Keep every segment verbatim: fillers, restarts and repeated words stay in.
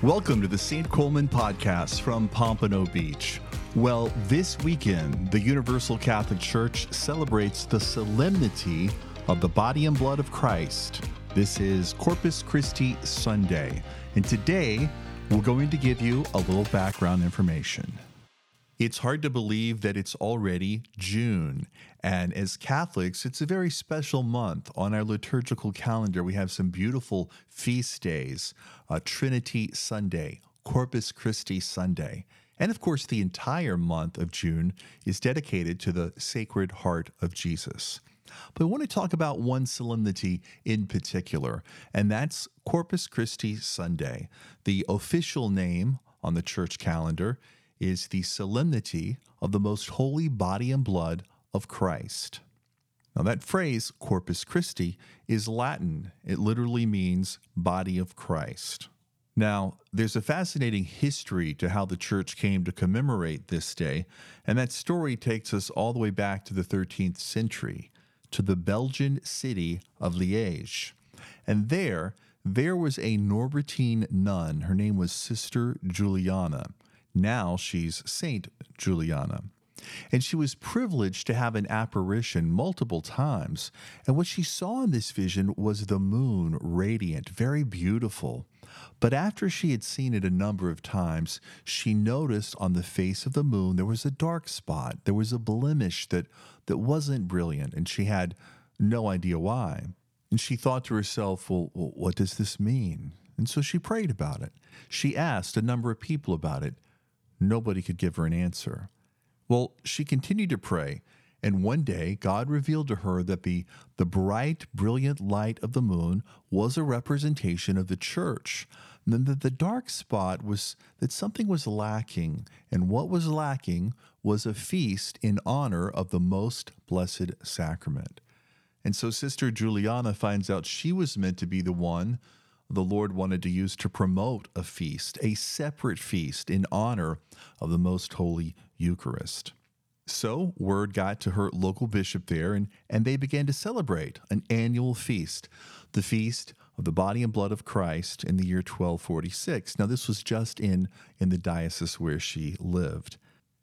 Welcome to the Saint Coleman Podcast from Pompano Beach. Well, this weekend, the Universal Catholic Church celebrates the solemnity of the body and blood of Christ. This is Corpus Christi Sunday, and today we're going to give you a little background information. It's hard to believe that it's already June, and as Catholics, it's a very special month. On our liturgical calendar, we have some beautiful feast days, uh, Trinity Sunday, Corpus Christi Sunday, and of course, the entire month of June is dedicated to the Sacred Heart of Jesus. But I want to talk about one solemnity in particular, and that's Corpus Christi Sunday. The official name on the church calendar is the solemnity of the most holy body and blood of Christ. Now that phrase, Corpus Christi, is Latin. It literally means body of Christ. Now, there's a fascinating history to how the church came to commemorate this day, and that story takes us all the way back to the thirteenth century, to the Belgian city of Liège. And there, there was a Norbertine nun. Her name was Sister Juliana. Now she's Saint Juliana. And she was privileged to have an apparition multiple times. And what she saw in this vision was the moon, radiant, very beautiful. But after she had seen it a number of times, she noticed on the face of the moon there was a dark spot. There was a blemish that, that wasn't brilliant, and she had no idea why. And she thought to herself, well, what does this mean? And so she prayed about it. She asked a number of people about it. Nobody could give her an answer. Well, she continued to pray, and one day God revealed to her that the, the bright, brilliant light of the moon was a representation of the church, and then that the dark spot was that something was lacking, and what was lacking was a feast in honor of the most blessed sacrament. And so Sister Juliana finds out she was meant to be the one the Lord wanted to use to promote a feast, a separate feast in honor of the Most Holy Eucharist. So word got to her local bishop there, and, and they began to celebrate an annual feast, the Feast of the Body and Blood of Christ in the year twelve forty-six. Now, this was just in, in the diocese where she lived.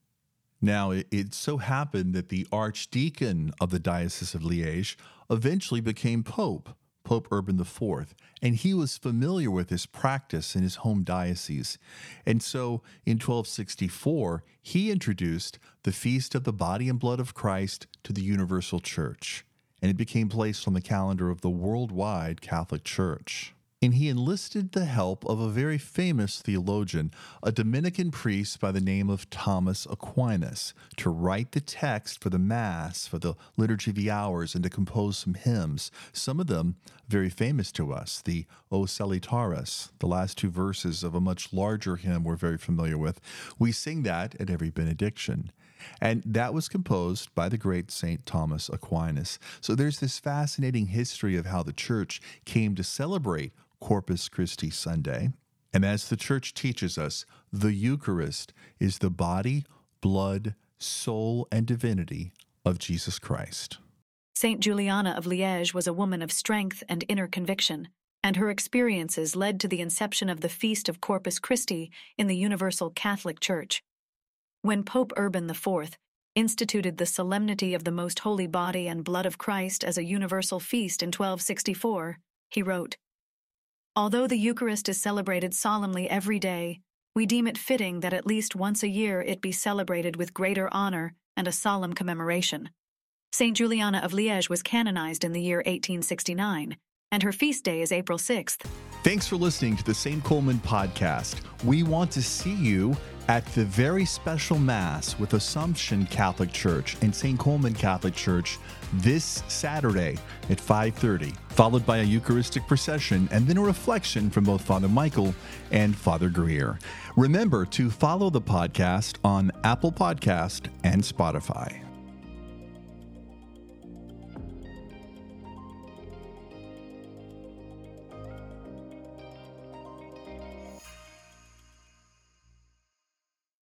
Now, it, it so happened that the archdeacon of the Diocese of Liège eventually became pope, Pope Urban the Fourth, and he was familiar with this practice in his home diocese. And so in twelve sixty-four, he introduced the Feast of the Body and Blood of Christ to the Universal Church, and it became placed on the calendar of the worldwide Catholic Church. And he enlisted the help of a very famous theologian, a Dominican priest by the name of Thomas Aquinas, to write the text for the Mass, for the Liturgy of the Hours, and to compose some hymns, some of them very famous to us. The O Salutaris, the last two verses of a much larger hymn we're very familiar with. We sing that at every benediction. And that was composed by the great Saint Thomas Aquinas. So there's this fascinating history of how the church came to celebrate Corpus Christi Sunday. And as the church teaches us, the Eucharist is the body, blood, soul, and divinity of Jesus Christ. Saint Juliana of Liège was a woman of strength and inner conviction, and her experiences led to the inception of the Feast of Corpus Christi in the Universal Catholic Church. When Pope Urban the Fourth instituted the solemnity of the Most Holy Body and Blood of Christ as a universal feast in twelve sixty-four, he wrote, "Although the Eucharist is celebrated solemnly every day, we deem it fitting that at least once a year it be celebrated with greater honor and a solemn commemoration." Saint Juliana of Liège was canonized in the year eighteen sixty-nine, and her feast day is April sixth. Thanks for listening to the Saint Coleman Podcast. We want to see you at the very special Mass with Assumption Catholic Church and Saint Coleman Catholic Church this Saturday at five thirty, followed by a Eucharistic procession and then a reflection from both Father Michael and Father Greer. Remember to follow the podcast on Apple Podcast and Spotify.